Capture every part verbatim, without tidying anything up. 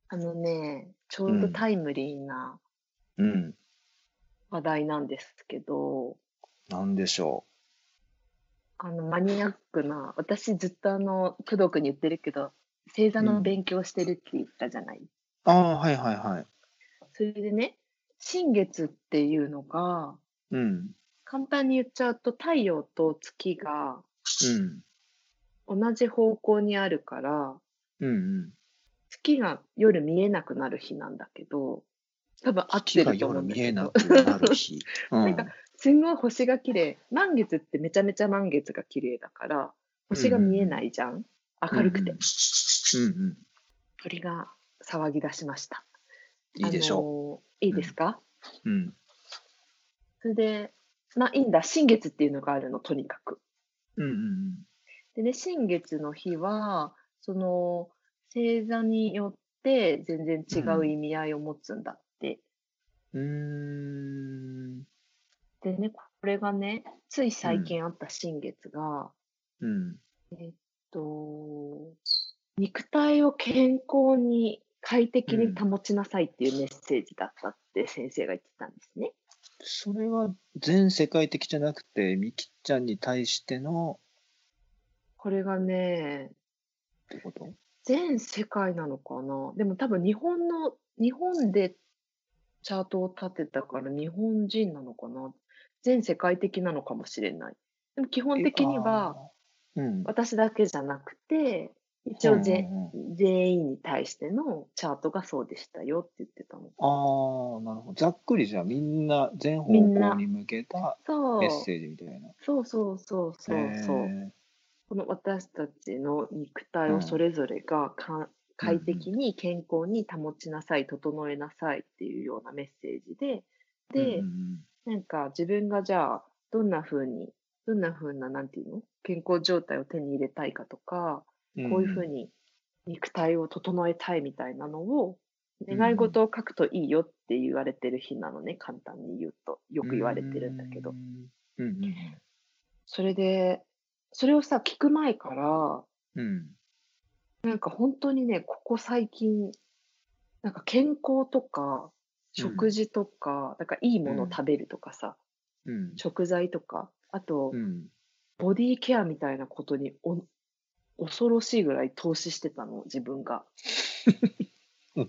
あのね、ちょうどうん。 タイムリーなうん。 話題なんですけど、 なんでしょあの、マニアックな、私ずっとあの、工藤君に言ってるけど、星座う。うん。 の勉強してるって言ったじゃない。 ああ、はいはいはい。 それでね、新月っていうのが、 うん。 簡単に言っちゃうと太陽と月がうん。 同じ方向にあるから、 うんうん。 月が夜見えなくなる日なんだけど、多分合っ月がてると思夜見えなうんだけど。 くなる日。うなんか、 ん。 すんごい星が綺麗。満月ってめちゃめちゃ満月が綺麗だから、 うんうん星が見えうん。 ないじゃん。 うんうん。 明るくて。 うんうん。 鳥が騒ぎ出しました。あいいでしょのーいいう。うん。 ですか？ うん。 それで、まあいいんだ。新月っていうのがあるの、とにかく。 うんうんでね、新月の日は、その、星座によって全然違ううん。 意味合いを持つんだって。 うん。うーん。 でね、これがね、つい最うん。 近あった新月が、 うん。 えっと、肉体を健康に快適にうん。 保ちなさいっていうメッセージだったって先生が言ってたんですね。 それは全世界的じゃなくて、みきちゃんに対してのこれがね、 ってこと？ 全世界なのかな。でも多分日本の、日本でチャートを立てたから日本人なのかな。全世界的なのかもしれない。でも基本え、あ的にはあ。うん。 私だけじゃなくて、一うんう応ぜんうん。 全員に対してのチャートがそうでしたよって言ってたの。 ああ、なるほど。ざっくりじゃあみんな全方みんな、 向に向けたメッそセージみたいな。 う、そうそうそうへそうそう。 え。 この私たちの肉体うん。 をそれぞれがかうんうん。 快適に健康に保ちなさい、整えなさいっていうようなメッセージで、 うんうんうで、 ん。 なんか自分がじゃあ、どんな風に、どんな風な、なんていうの健康状態を手に入れたいかとか、 うんこういううん。 風に肉体を整えたいみたいなのを、願いうんうん。 事を書くといいよって言われてる日なのね、簡単に言うと。ようーく言われてるんだけど。 ん。うんうんそれで、それをさ、聞く前から、 うん。うん。 なんか本当にね、ここ最近、なんか健康とか、 うん。 食事とか、なんかいいものをうん。 食べるとかさ、 うん。 食材とか、あと、 うん。 ボディケアみたいなことに、お恐ろしいぐらい投資してたの、自分が。 うん。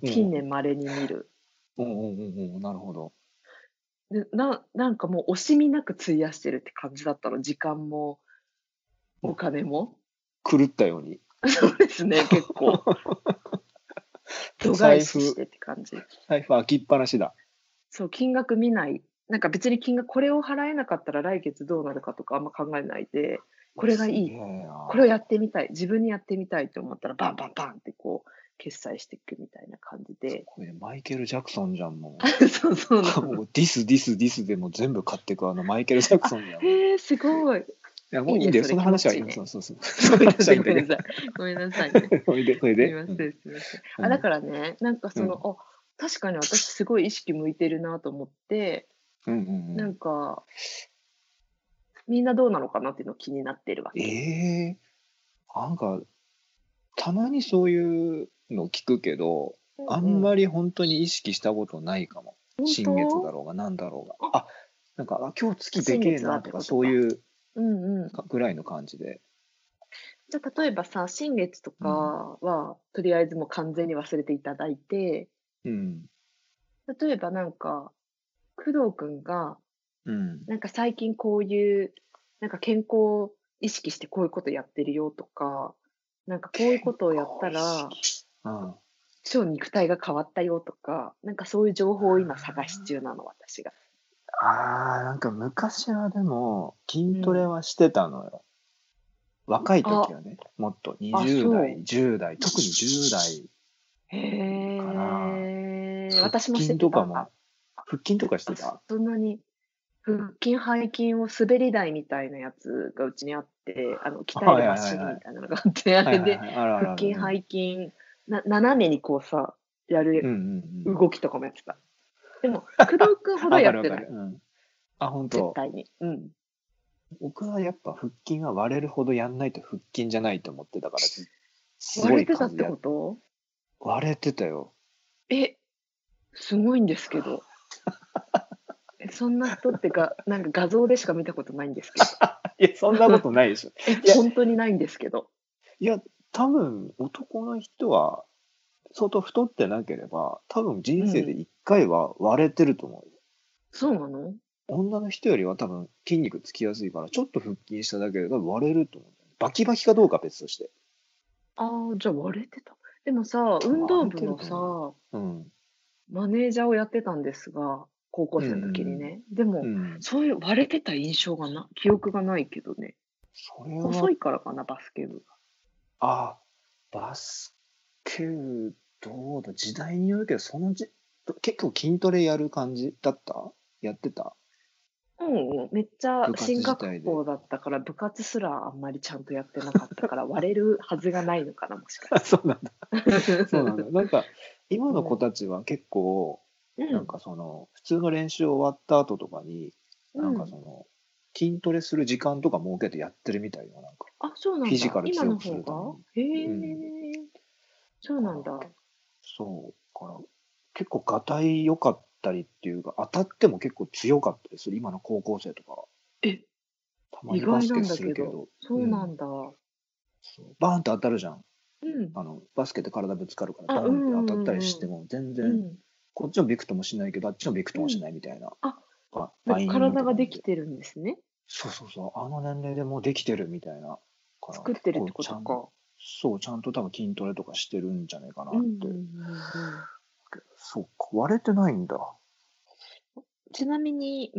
近年稀に見る。 うんうんうんうん。なるほど。 で、ななんかもう惜しみなく費やしてるって感じだったの。時間もおお、 金も。 狂ったように。 そうですね、結構。度外財布視してって感じ。 財布開きっぱなしだ。 そう、金額見ない。なんか別に金額これを払えなかったら来月どうなるかとかあんま考えないで、 いや、 これがいい、 すげえこれをやな。 ってみたい、自分にやってみたいと思ったらバンバンバンってこう決済していくみたいな感じで。 すごいね、マイケル・ジャクソンじゃん、もそうそうなう。 の。 もうディス、ディス、ディスでもう全部買ってくあのマイケル・ジャクあ、 ソンじゃん、もう。いへえ、すごい。 や、もいいね、 ういいんだよ。そのそれ気持話はいい。そちいいね。 うそうそう。そのごめんなさい話はいいんだけど。 ごめんなさい。ごめんなさいね。 それで、それで。 すいませんうん。 すいません。あ、だうん。 からね、なんかその、 うん。 あ、確かに私すごい意識向いてるなと思って、 うんうんうなんん。 かみんなどうなのかなっていうの気になってるわえけ。 えなんか、たまにそういうの聞くけど、あうんうん。 んまり本当に意識したことないかも。 本新月だ当？ ろうがなんだろうが。 あ、 あ、なんか、あ、今日月で新月だっけえなとかてことか。 そういううんうん。 かぐらいの感じで。 じゃ、例えばさ、新月とかうん。 は、とりあえずもう完全に忘れていただいて、 うん。 例えばなんか、工藤くんが、 うん。 なんか最近こういう、なんか健康を意識してこういうことやってるよとか、なんかこういうことをやったこう意ら、 識。うん。 超肉体が変わったよとか、なんかそういう情報を今探し中なの、私が。 ああ、なんか昔はでも、筋トレうん。 はしてたのよ。若い時あ、 はね、もっとあ、 にじゅう代、 そう。 じゅう代、特にじゅう代かな。 へえ、 腹私もして筋とかも、 た。 腹筋とかしてあ、 た？ そんなに、腹筋、背筋を滑り台みたいなやつがうちにあって、あの、鍛えはいるマはいはいはい。 シーンみたいなのがあって、あれで、 はいはいはい。あるあるある。 腹筋、 うん。 背筋、な斜めにこうさ、やるうんうんうん。 動きとかもやってた。でも、工藤くんほどわかるわかる。 やってない。 うん。あ、本当。 絶対に。うん。 僕はやっぱ腹筋は割れるほどやんないと腹筋じゃないと思ってたから、ずすごい割れてたって数やこと？ 割れてたよ。 え、すごいんですけど。え、そんな人ってか、なんか画像でしか見たことないんですけど。 いや、そんなことないでしょ。 え、 いや、 ほんとにないんですけど。 いや、多分男の人は相当太ってなければ、多分人生でうん。 いっかいは割れてると思うよ。 そうなの？ 女の人よりは多分筋肉つきやすいから、ちょっと腹筋しただけで多分割れると思う。バキバキかどうかは別として。 ああ、じゃあ割れてた。でもさ、運動割れ部のてると思うよ。 さ、 うん。 マネージャーをやってたんですが、高校うんう生の時にんね。でも、 うん。うん。 そういう割れてた印象がな記憶がないけどね。 それは、 細いからかな、バスケ部が。 あ、バスケ部、どうだ、時代によるけど、そのじ、結構筋トレやる感じだったやってたうんうん、めっちゃ部活進自体で。 学校だったから、部活すらあんまりちゃんとやってなかったから、割れるはずがないのかな、もしかあ、 して。 そうなんだ。そうなんだ。なんか、今の子うん。 たちは結構、なんうん。 かその、普通の練習終わった後とかに、なんかうん。 その、筋トレする時間とか設けてやってるみたいよ。なんか、 あ、そうなフィジんだ。今のカル強くす方が？ るために。 へうん。 え、そうから、 なんだ。 そう、から、結構がたい良かったりっていうか、当たっても結構強かったりする。今の高校生とかは。 え、 たま意にバスケ外なんだけど。 するけど、 そうなうん。 んだ。 そう、バーンって当たるじゃん。 うん。 あの、バスケって体ぶつかるから、 あ、 バーンって当うんうたったりんうんしても、全うん。う然、 ん。 こっちもびくともしないけど、あっちもびくともしうん。 ないみたいな、 あ、 バなバイン体がドなんで。 できてるんですね。 そうそうそう、あの年齢でもうできてるみたいな。から、結作ってるって構ちゃん、 ことか。 そう、ちゃんと多分筋トレとかしてるんじゃないかなうんうって。 んうんうん。 そっか、割れてないんだ。 ちなみに、うん、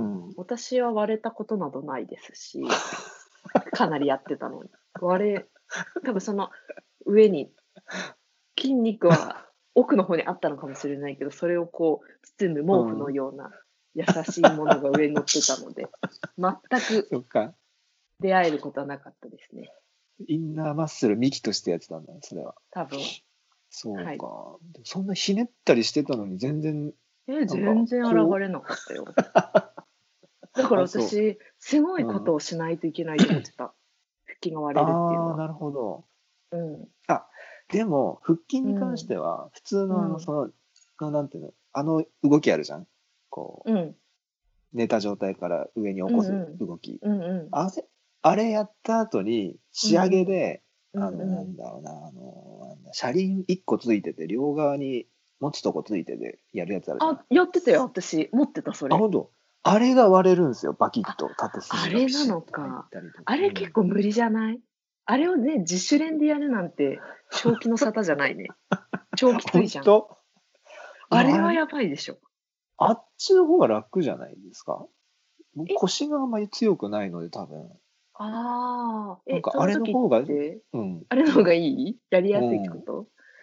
うん。 私は割れたことなどないですし、かなりやってたのに。割れ多分その上に筋肉は奥の方にあったのかもしれないけど、それをこう包む毛布のうん。 ような優しいものが上に乗ってたので、全くそっか。 出会えることはなかったですね。 インナーマッスル幹としてやってたんだね、それは。 多分。 そうはい。 か。でもそんなひねったりしてたのに全然、 え、 なんか、 全然現こう、 れなかったよ。だからあ、そう。 私、すごいこうん。 とをしないといけないと思ってた。腹筋が割れるっていうのああ、 は。 なるほど。 うん。 あ、でも、腹筋に関しうん。 ては、普通のあの、 うん。 その、のなんていうの、あの動きあるじゃん。こうん。 う、寝た状態から上に起こすうんうん。 動き。 うんうん。 あれ、あれやった後に、仕上うんうん。 げで、 うんあの、なうん。 んだろうな、あの、なんだ車輪いっこついてて、両側に持つとこついててやるやつあるじゃん。 あ、やってたよ、私。持ってた、そあ、 れ。 本当。あれが割れるんですよ、バキッあ、 と。縦あ筋がれなピシッと入っのか。 たりとか。 あれ結うん。 構無理じゃない？あれをね、自主練でやるなんて、正気の沙汰じゃないね。超きついじゃん。 本当。いや、あれ、 あれはやばいでしょ。 あっちの方が楽じゃないですか。僕え、 腰があんまり強くないので、多分。 ああ、え、 なんかあその時っれの方が、 て、 うん、 あれの方がいい？やりやすいってうん、 こと？ うん、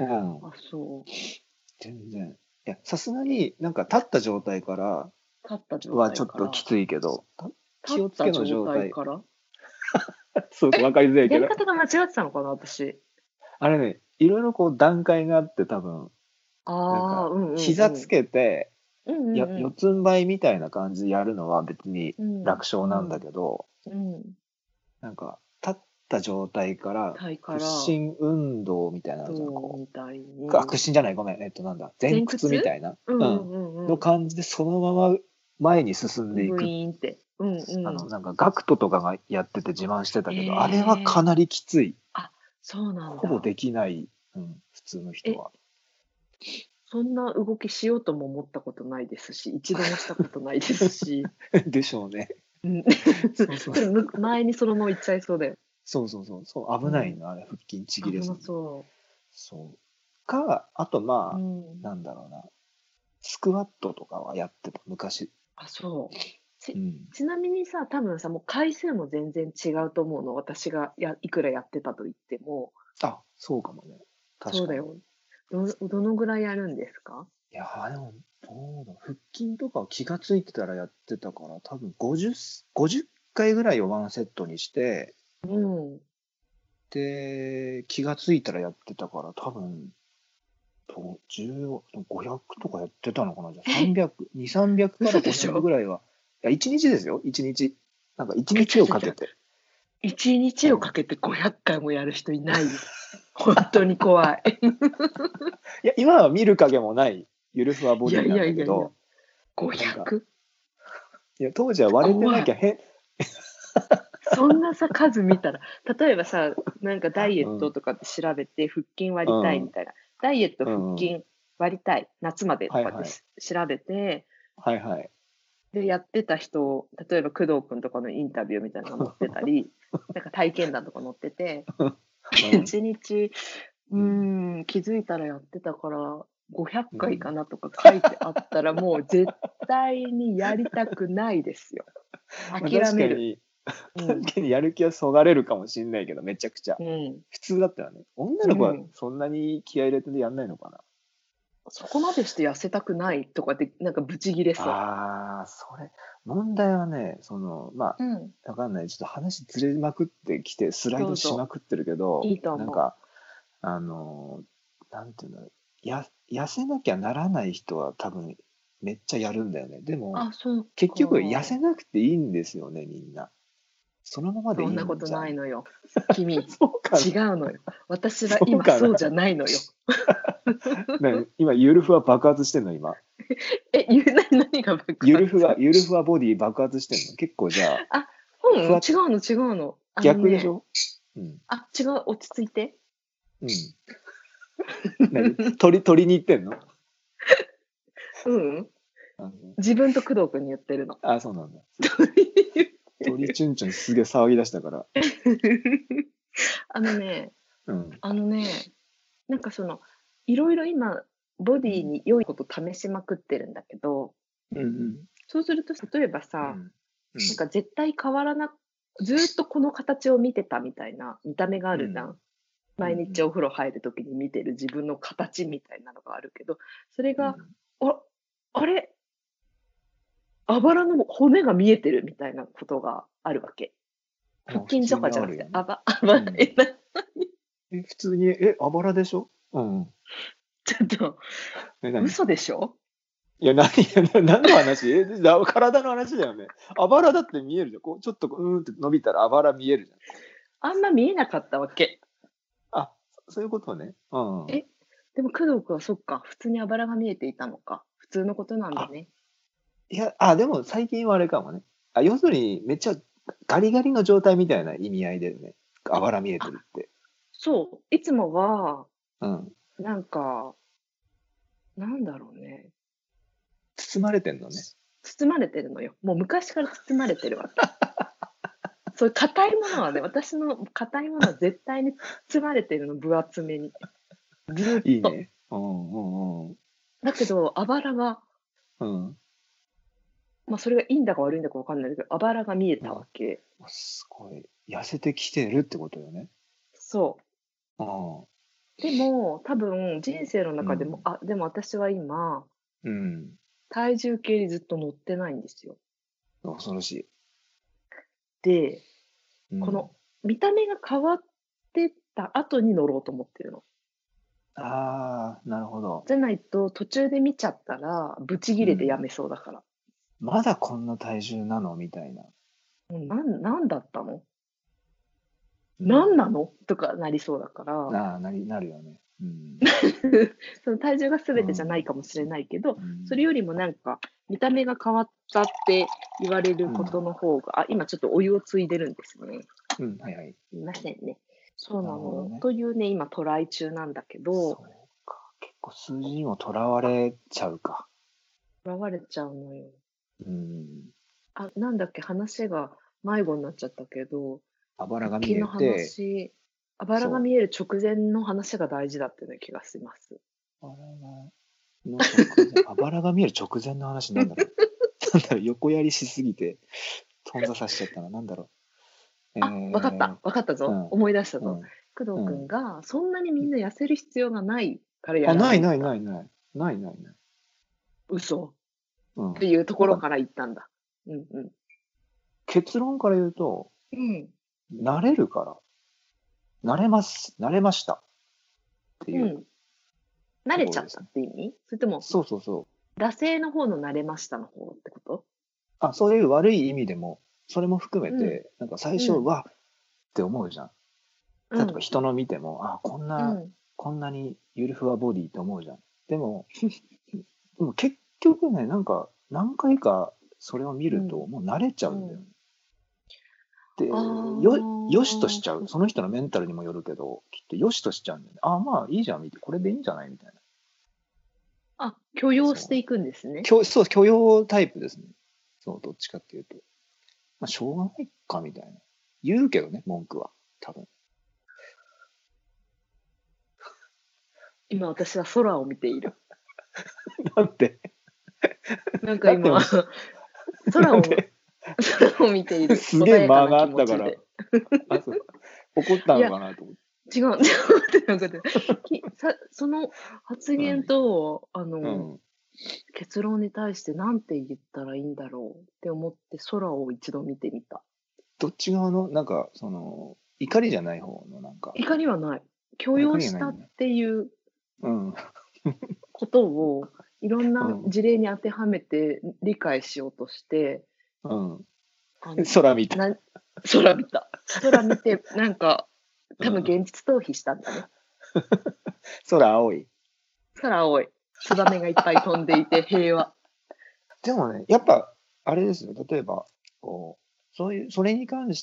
あ、そう。 全然。いや、さすがになんか立った状態から立った状はちょっ態から。 ときついけど、た立っ気をつけのた状状態、 態から？ そうそう、わかりづらいけど、 やり方が間違ってたのかな、私。 あれね、いろいろこう段階があって多分、なんああ、 か、 うんうんうん。 膝つけて、 うんうや、 んうん。 四つん這いみたいな感じでやるのは別にうん楽勝なんだうんけど、 うん。 なんか、立った状態からタイか屈ら、 伸運動みたいなのあるじゃん、こどうみたいう。あ、 に。 屈伸じゃない、ごめん。えっと、なんだ。前前屈？ 屈みたいな。 うんううん。 んうんの感じで、そのまま前に進んでいブイく。 ーンって。うんあの、 うん。 なんか、ガクトとかがやってて自慢してたけど、あれはええ。 かなりきつい。 あ、そうなんだ。 ほぼできない。うん、普通の人え、 は。 そんな動きしようとも思ったことないですし、一度もしたことないですし。 でしょうね。 うん。 そうそう。 それ、む前にそのまま行っちゃいそうだよ。 そうそうそう。そう、危うん。 ないの、あれ、腹筋ちぎれ危なそうに。 そそう。か、あと、 う。うまあ、 ん。 なんだろうな。スクワットとかはやってた、昔。 あ、そう。ちうん。 ちなみにさ、多分さ、もう回数も全然違うと思うの。私がやいくらやってたと言っても。 あ、そうかもね。確かに。 そうだよ。どどのぐらいやるんですか？ いやー、でも、どうだ、腹筋とかは気がついてたらやってたから、多分ごじゅう、ごじゅっかいぐらいをワンセットにして、 うん。 で、気がついたらやってたから、多分、とじゅう、ごひゃくとかやってたのかな。じゃあえ、 さんびゃく、に、さんびゃくからごひゃくぐ嘘でしょ？ らいは。いや、いちにちですよ、いちにち。なんか1 え、 日ちょちょちょ、 をかけて。 いちにちをうん。 かけてごひゃっかいもやる人いないよ。 本当に怖い。 いや、今は見る影もないゆるふわボいやいディなんやいやいや、 だけど、なんか、 ごひゃく? いや当時は割れてなきゃ変。 そんなさ、数見たら、例えばさ、なんかダイエッうんトとかって調べて、腹筋割うりたいみんたいな。ダイエット、 うんうん腹筋割りたい、夏までとはいはいかってし調べて、 はいはい。 で、やってた人、例えば工藤君とかのインタビューみたいなのが載ってたり、なんか体験談とか載ってて、 うんいちにち、ううんーん、気づいたらやってたからごひゃっかいかうんなとか書いてあったら、もう絶対にやりたくないですよ。 まあ、 諦める。 確かに、 うん、 確かにやる気はそがれるかもしんないけど、めちゃくちゃ。 うん、 普通だったらね。女の子はうん。 そんなに気合い入れてやんないのかな。 そこまでして痩せたくないとかって、なんかブチギレそああ、それ、問題はね、その、まう。うん。 あ、わかんない。ちょっと話ずれまくってきて、スライドしどうぞ。 まくってるけど、 いいと思う。 なんか、あの、なんていうんだろう。や、痩せなきゃならない人は多分、めっちゃやるんだよね。でも、 あ、そう結局、痩か。 せなくていいんですよね、みんな。そのままでいいそんなことんじゃん。 ないのよ。君、 そうか違うのよ。私はそう今かなそうじゃないのよ。 な今、ゆるふわ爆発してんの、今。 え、ゆな何が爆発ゆるふわ、ゆるふわボディ爆発してんの。結構じゃあ、 あ、うん、 ふわ違うの違うの。あのね、 逆でしょ。うん。 あ、違う、落ち着いて。 うん。何取り、取りに行ってんの？ うん、 あの自分と工藤君に言ってるの。 あ、そうなんだ。鳥チュンチュンすげえ騒ぎ出したから。 あのね、 うん。 あのね、なんかその、いろいろ今、ボディに良いこと試しまくってるんだけど、 うんうん。 そうすると、例えばさ、 うん。 なんか絶対変わらな、ずーっとこの形を見てたみたいな見た目があるじゃん。 うん毎日お風呂入るときに見てる自分の形みたいなのがあるけど、それが、 うんあ、あれ、あばらの骨が見えてるみたいなことがあるわけ。 まあ腹筋とかじゃなくて、 普通にあるよね。 あば、あばら、 うんえ、な、 え、普通に、え、あばらでしょ？うんうん。 ちょっと、 え、何？ 嘘でしょ？ いや、何、いやな何の話？え、だ体の話だよね。あばらだって見えるじゃん。こう、ちょっと、うーんって伸びたらあばら見えるじゃん。 あんま見えなかったわけ。 あ、そういうことね。うんうん。 え、でも工藤君はそっか、普通にあばらが見えていたのか。普通のことなんだあ、 ね。 いや、あ、でも最近はあれかもね。あ、要するにめっちゃガリガリの状態みたいな意味合いだよね。あばら見えてあ、 るって。 そう、いつもは、 うん。 なんか、なんだろうね。 包まれてんのね。 包まれてるのよ。もう昔から包まれてるわけ。そういう硬いものはね、私の硬いものは絶対に包まれてるの、分厚めに。ずっと。 いいね。うんうんうん。 だけど、あばらが、 うん。 まあそれがいいんだか悪いんだかわかんないけど、あばらが見えたわあ、 け。 すごい。痩せてきてるってことよね。 そああ。 う。でも、多分人生の中でも、 うん。 あ、でも私は今、 うん。 体重計にずっと乗ってないんですよ。 恐ろしい。 で、 うん。 この見た目が変わってった後に乗ろうと思ってるの。 ああ、なるほど。 じゃないと途中で見ちゃったら、ブチギレてやうん。 めそうだから。 まだこんな体重なのみたいな。 もうなん、なんだったの、 うん。 なんなのとかなりそうだから、 ああ、なり、なるよね。うん。 その体重がう全てじゃないん。 かもしれないけど、 うん。 それよりもなんか、見た目が変わったって言われるうん。 ことの方が、あ、今ちょっとお湯をついでるんですね。 うん。はいはい。 すいませんね。そうなの。 なるほどね。 というね、今トライ中なんだけど、 そうか。結構数字にもとらわれちゃうか。 とらわれちゃうのよ。 うん。 あ、なんだっけ、話が迷子になっちゃったけど、 あばらが見腹筋のえて、 話、あばらがそう。 見える直前の話が大事だっていうような気がします。 あばらがの直前、あばらが見える直前の話なんだろう。なんだろう、横やりしすぎて、頓挫させちゃったな。なんだろう。えあ、わかった。わかったー、うぞ。 ん、 思い出したぞ。 うん、 工藤くんうん。 が、そんなにみんな痩せる必要がないからやあ、ないないらないんだ。 ないない。ないないない。 嘘うん。 っていうとこなんか、 ろから言ったんだ。うんうん。 結論から言うと、 うん。 慣れるから、慣れます、慣れましたっていううん。慣れちゃったっところですね。 て意味、それとも、 そうそうそう。 惰性の方の慣れましたの方ってこと？ あ、そういう悪い意味でも、それも含めうん。 て、なんか最初、 うん。 わっって思うじゃん。 う例えばん。 人の見ても、あ、こんうな、 ん。 こんなにゆるふわボディって思うじゃん。でも、でも結局ね、なんか何回かそれを見うん。 るともう慣れちゃううんだよね。 ん。 で、 あよ、よしとしちゃう。 あ。 その人のメンタルにもよるけど、きっとよしとしちゃうんだよね。あ、まあいいじゃん、見て。これでいいんじゃないみたいな。 あ、許容しそう。 ていくんですね。 許、そう、許容タイプですね。そう、どっちかっていうと。まあ、しょうがないか、みたいな。言うけどね、文句は。多分。 今私は空を見ている。 だって、 なんか今、 だってもう、 空を、 なんで、 空を見ている。 すげえ穏やかな間があ気持ちで。 ったから、あ、そう、怒ったいや、 のかなと思って。 違う、違うってなくて、きさその発言うん。 と、あうの、 ん。 結論に対して何て言ったらいいんだろうって思って空を一度見てみた。 どっち側の、なんか、その、怒りじゃない方の、なんか、 怒りはない。許あ、怒容したっりがないんだ。 ていううん。 ことをいろんなうん。 事例に当てはめて理解しようとして、 うん。 あの、 空見た。 な空見た。空見て、なんか、多分うん。 現実逃避したんだね。 空青い。 空青い。ツバメがいっぱい飛んでいて平和。 でもね、やっぱ、あれですよ。例えば、こう、そういう、それに関して、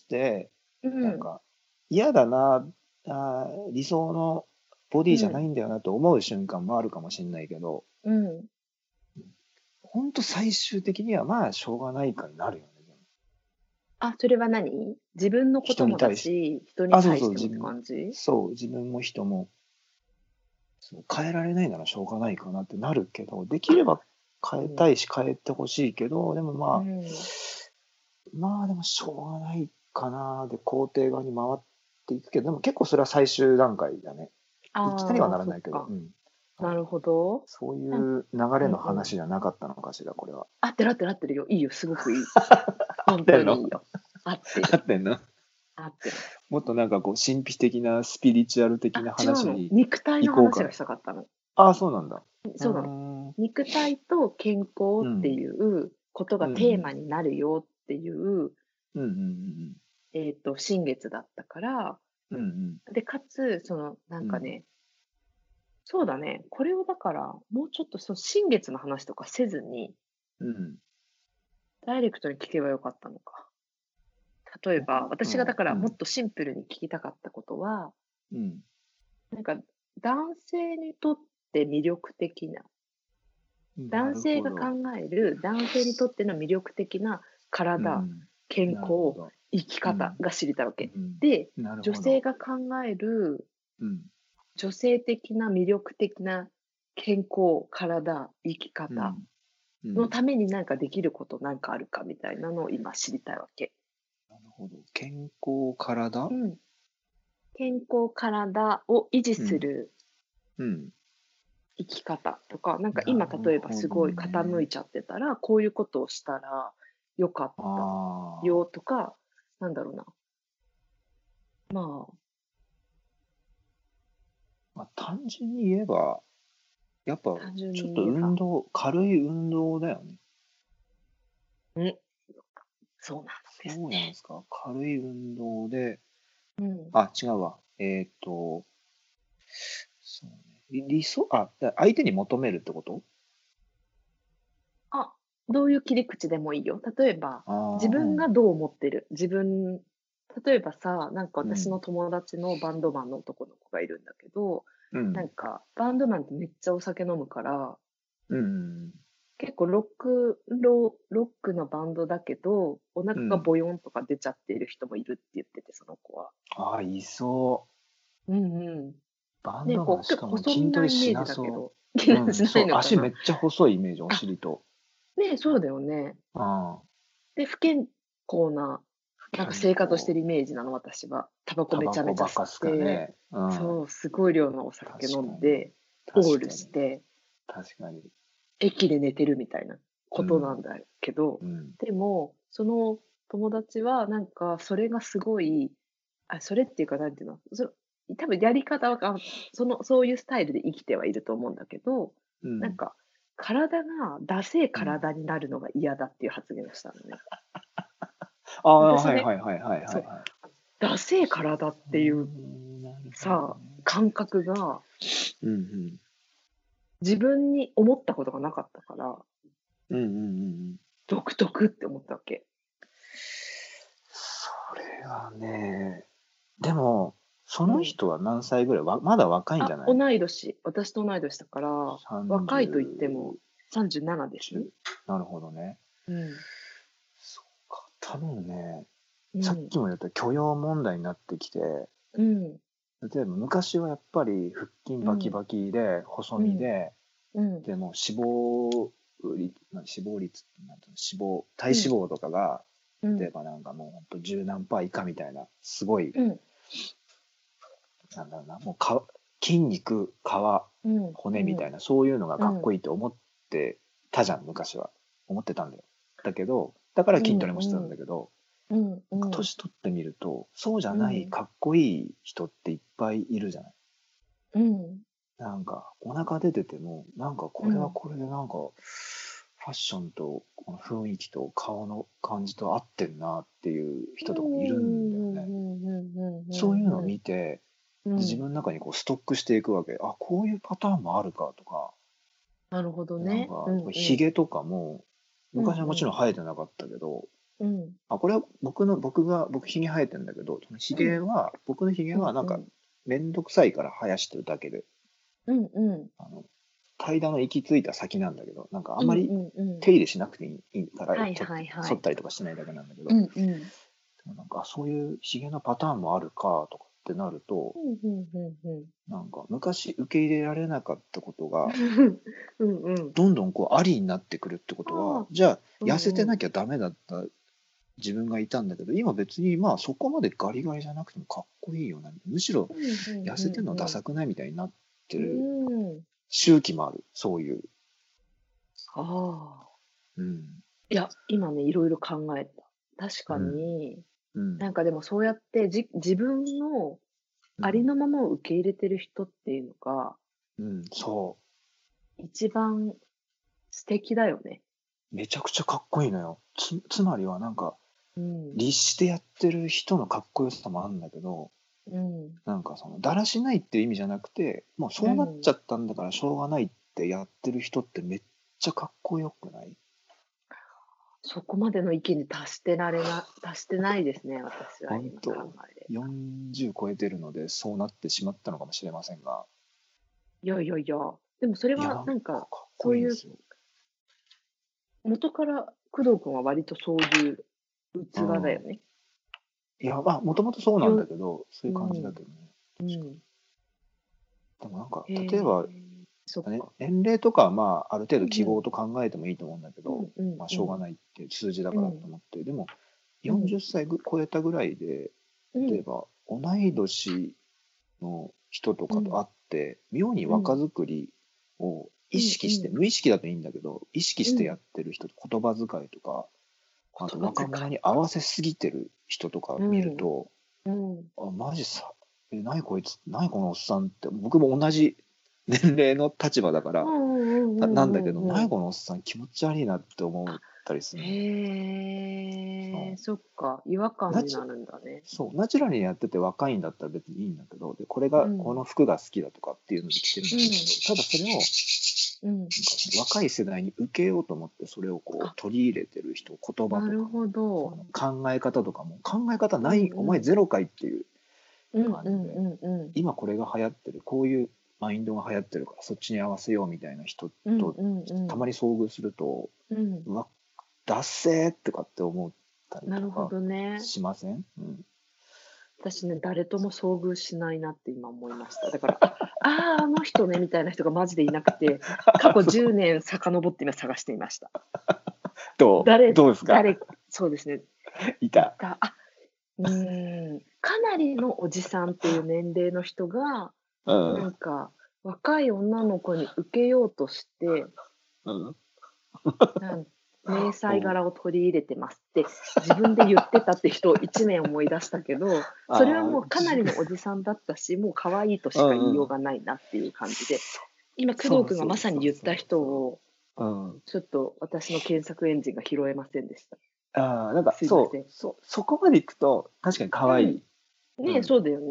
うん、 なんか、嫌だな、あー、理想のボディじゃなうん、 いんだよなと思う瞬間もあるかもしれないけど、 うん。 ほんと最終的にはまあしょうがないかになるよね。でもあ、それは何？自分のこと人にもだ対して。 し、人にあ、そうそう、 対してもって自分、 感じ？ そう、自分も人も、そう変えられないならしょうがないかなってなるけど、できれば変えたうん、 いし変えてほしいけど、でもまあ、 うん。 まあでもしょうがないかなで肯定側に回っていくけど、でも結構それは最終段階だね。いきなりはああ、 ならないけど、 そっか。 うん。 なるほど。 そういなんう流れのうんうん。 話じゃなかったのかしら、これは。 合ってる合ってる合ってるよ。いいよ、すごくいい。 合本ってんの？ 当にいいよ。合ってる。 合ってんの？ 合ってます。 もっとなんかこう、神秘的な、スピリチュアル的あ、 な違うの。 話に肉体の話が行こうかな。 したかったの。 ああ、そうなんだ。うーそうなの。 ん。うん肉体と健康ってうんいうことがテーマうん。 になるよっていう、 うんうんうんえっと、新月だったから、 うん。うんうん。 で、かつ、その、なんうん。 かね、そうだね、これをだから、もうちょっとその新月の話とかせずに、 うん。 ダイレクトに聞けばよかったのか。例えば、 僕うん。 私がだからうん。 もっとシンプルに聞きたかったことは、 うん。 なんか、男性にとって魅力的な、 なる男性が考ほど。 える男性にとっての魅力的な体、 うん健うん。なるほ康、 ど。 生きうん。 方が知りたいわけ。 うん。 で、 なる女ほど。 性が考えるうん。 女性的な魅力的な健康、体、生き方うん。うん。 のためになんかできることなんかあるかみたいなのを今知りたいわけ。 なるほど。健康、体。 うん。健康、体を維持うん。 するうん。 生き方とか、なんかな今例えばるほどすごい傾いね。 ちゃってたら、こういうことをしたら良かっあたあ。 よとか、なんだろうな。まあ、 まあ、単純に言えば、やっぱ単純ちょっとに言えば、 運動、軽い運動だよね。 ん、そうなのですそうじゃないですか。軽い運動で、 ね。うん。 あ、違うわ。えっと、そうね。理理想、あ、だ相手に求めるってこと？ あ、どういう切り口でもいいよ。例えば、 ああ、 自うん。 分がどう思ってる。自分、例えばさ、なんかうん。 私の友達のバンドマンの男の子がいるんだけど、 うん。 なんか、バンドマンってめっちゃお酒飲むから、 うん。 結構ロックロロックのバンドだけど、お腹がうん。 ボヨンとか出ちゃっている人もいるって言ってて、その子は。 ああ、いそう。 うんうん。ね、 バンドマン、 こう、結構しかも細身筋トレしなイメージなそだけど、気う。 がしうん、そう。 ないのかな。 足めっちゃ細いイメージ、おあ、 尻と。 ね、そうだよね。 ああ、 で、不健康な、なんか健生活をして康。 るイメージなの、私は。タバコタバコめちゃめちゃ吸っばっかすかて、 ね。うん。 そう、すごい量のお酒飲確かに。 んで、オール確かに。 して、 確かに。 駅で寝てるみたいなことなうん。 んだけど、 うん。 でも、その友達はなんかそれがすごい、あ、それっていうかなんていうの、そ多分やり方は、あそのそういうスタイルで生きてはいると思うんだけど、 うん。 なんか、体がダセえうん。 体になるのが嫌だっていう発言をしたのね。 ああ、 で、それはいはいはいはいはいそう、 はい。 ダセえ体っていううーさ、感覚がうんうん自分に思ったことがなかったから、 うんうんうんうん独特って思ったわけ。 それはね、でもそのうん。 人は何歳ぐらいわまだ若いんじあ、 ゃない？ 同い年。私と同い年だから、若いと言ってもさんじゅうななですね。 なるほどね。 うん。 そうか、多分ね、 うん。 さっきも言った許容問題になってきて、 うん。 例えば昔はやっぱり腹筋バキバキで細身で、 うん。 でも脂肪率、なん死亡率ってなんていうの、脂肪、体うん。 脂肪とかが、 うん。 例えばなんかもうほんと十何パー以下みたいな、すごい、 うん。 なんだろうな、もうか筋肉、皮、 うん。 骨みたいな、そういうのがうん。 かっこいいと思ってたじゃん、昔は。思ってたんだよ。だけど、だから筋トレもしてたんだけど、 うん。 なんかうん。 年取ってみると、そうじゃないうん。 かっこいい人っていっぱいいるじゃない。 うん。 なんか、お腹出てても、なんかこれはこれでなんか、ファッションとこの雰囲気と顔の感じと合ってんなっていう人とかもいるんだよね。そういうのを見て、で自分の中にこうストックしていくわけ。あ、こういうパターンもあるかとか、 なるほどなんね。うんか、 うん。 ヒゲとかも、 うん昔はもちろん生えてなかったけど、 うん。 あ、これは僕の、僕が、僕ヒゲ生えてんだけど、そのヒゲは、僕のヒゲはなんか、 うんめんどくさいから生やしてるだけで、 うんうん。 あの、階段の行き着いた先なんだけど、なんかあうんんまりうんうん。 手入れしなくていいいいから、 はいちょっとはいはい。 剃ったりとかしてないだけなんだけど、 うんうん。 でもなんか、あそういうヒゲのパターンもあるか、とかってなると、 うんうんうんうん。 なんか昔受け入れられなかったことが、 うんうん。 どんどんこうありになってくるってことは、 ああ、 じゃあ痩せてうんうん。 なきゃダメだった自分がいたんだけど、今別にまあそこまでガリガリじゃなくてもかっこいいよな。むしろうんうん痩せてんのダうんサくないみたいになってうるん。うーん。 周期もある。そういう。 ああ。 うん。 いや、今ね、いろいろ考えた。確かうん。 に、 うん。 なんかでもそうやってじ自分のうん。 ありのままを受け入れてる人っていうのが、 うん。そ一番素敵だよね。 う。めちゃくちゃかっこいいのよ。つ、つまりはなんか、 うん。 律してやってる人のかっこよさもあるんだけど、 うん。 なんかその、だらしないっていう意味じゃなくて、もうそうなっちゃうん。 ったんだからしょうがないってやってる人ってめっちゃかっこよくない？ そこまでの域に達してられな達してないですね、私は本今考当えれば。 よんじゅう超えてるのでそうなってしまったのかもしれませんが、 いやいやいや、でもそれいや、なんかはなんか、 かっそういうこいいんですよ。 元から工藤君は割とそういう器うん。 だよね。 いや、まあ、もともとそうなんよだけど、そういう感じだうん、 けどね。 うん。 でもなんか、 へ例えば、 え、そっね、 か。 年齢とかはまあ、ある程度記うんうん。 号と考えてもいいと思うんだけど、 うんうんまあ、しょうがうん。 ないって数字だからとうん。 思って、でも、40 うん。 歳ぐ超えたぐらいで、 うん。 例えば、同い年の人とうん。 かと会って、妙にうん。 若作りを意うん識して、 うん。 無意識だといいんだけど、意識してやうん。 ってる人と言葉遣いとか、あと言葉遣い。 若者に合わせすぎてる人とか見るうん。 と、 うん。 あ、マジさ、え、何こいつ、何このおっさんって、僕も同じ年齢の立場だかうら、 んうんうななんだけど、 んうんうんうん。 何このおっさん気持ち悪いなって思っあ、 たりするの。 へえ、 そそっか、違和う。ナチ、 感になるんだね。 そう、ナチュラルにやってて若いんだったら別にいいんだけど、で、これが、こうん。 の服が好きだとかっていうので着てるのうん。 はいいんだけど、ただそれを、なんかうん。 若い世代に受けようと思ってそれをこうあ、 取り入れてる人、言葉とかも、 なるほど。 その考え方とかも、考え方うない、お前んうん。 ゼロかいっていううんうん感じで、 うんうん。 今これが流行ってる、こういうマインドが流行ってるからそっちに合わせようみたいな人とうんうんうん。 たまに遭遇すると、 うん。 うわ、ダッセーとかって思ったりなるほとかどね。 しません？うん。 私ね、誰とも遭遇しないなって今思いました。だから、あ、ああ、あの人ねみたいな人がマジでいなくて、過去10 そこ、 年遡って今探していました。 どう誰どうですか？ 誰そうですね、いいた。 た。あ、うーん、かなりのおじさんっていう年齢の人が、 うん。 なんか、若い女の子に受けようとして、 うん。 なん迷うん。 彩柄を取り入れてますって、自分で言ってたって人をいちめん思い出したけど、それはああ、 もうかなじりのおじさんだったし、もう可愛いとうしか言いんうん。 ようがないなっていう感じで、今工そう藤君がまそうそうさに言ったそうそ人を、 う。うん。 ちょっと私の検索エンジンが拾えませんでした。 ああ、なんか、そう、 すいません。 そそこまで行くと確かに可愛うん。 い。うねえ、 ん。 そうだよね。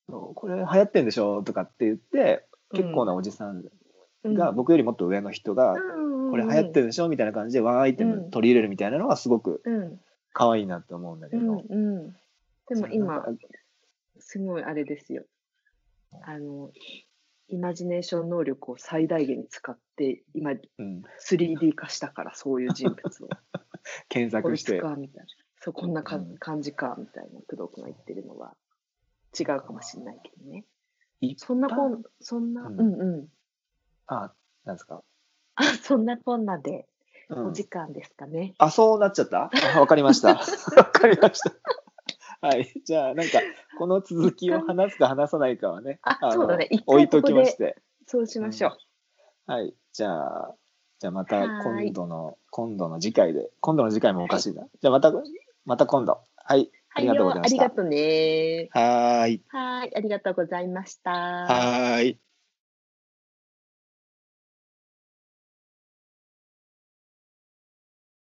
そうこれ流行ってんでしょとかって言って結構なうん。 おじさんうん。 が僕よりもっと上の人がこれ流行ってるでしょみたいな感じでワンアイテムうん。 取り入れるみたいなのはすごくうん。 可愛いなって思うんだうん。 けど、 うん。でそれなんか、 も今、すごいあれですよ。あの、イマジネーション能力を最大限に使って、今、 うん、 スリーディー 化したから、そういう人物を。 検こい索して、 つか、みたいな。そう、こんなかうん、 感じか、みたいな、工藤君が言ってるのは違うかもしれないけどね。 一そんなこん、 般、 そんな、ううん、 んうん。 あ、なんですか、 あ、そんなこんなで、おうん、 時間ですかね。 あ、そうなっちゃった。あ、わかりました。わかりました。はい。じゃあ、なんか、この続きを一旦、 話すか話さないかはね、 あ、そうだね。 あの、 一回置いとここで、 きまして。 そうしうん。 ましょう。 はい。じゃあ、じゃあまたはーい。 今度の、今度の次回で、今度の次回もおはい。 かしいな。じゃあまた、また今度。はい。ありがとうございはいよ、 ました。 ありがとね。 はーい。 はーい、ありがとうございました。 はーい。